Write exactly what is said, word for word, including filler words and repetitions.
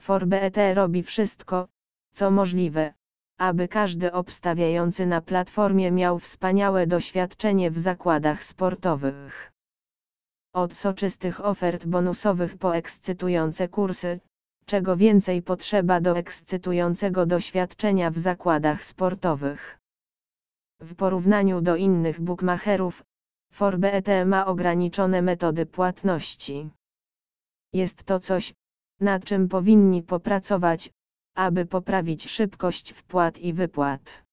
Forbet robi wszystko, co możliwe, aby każdy obstawiający na platformie miał wspaniałe doświadczenie w zakładach sportowych. Od soczystych ofert bonusowych po ekscytujące kursy, czego więcej potrzeba do ekscytującego doświadczenia w zakładach sportowych. W porównaniu do innych bookmacherów, Forbet ma ograniczone metody płatności. Jest to coś, nad czym powinni popracować, aby poprawić szybkość wpłat i wypłat.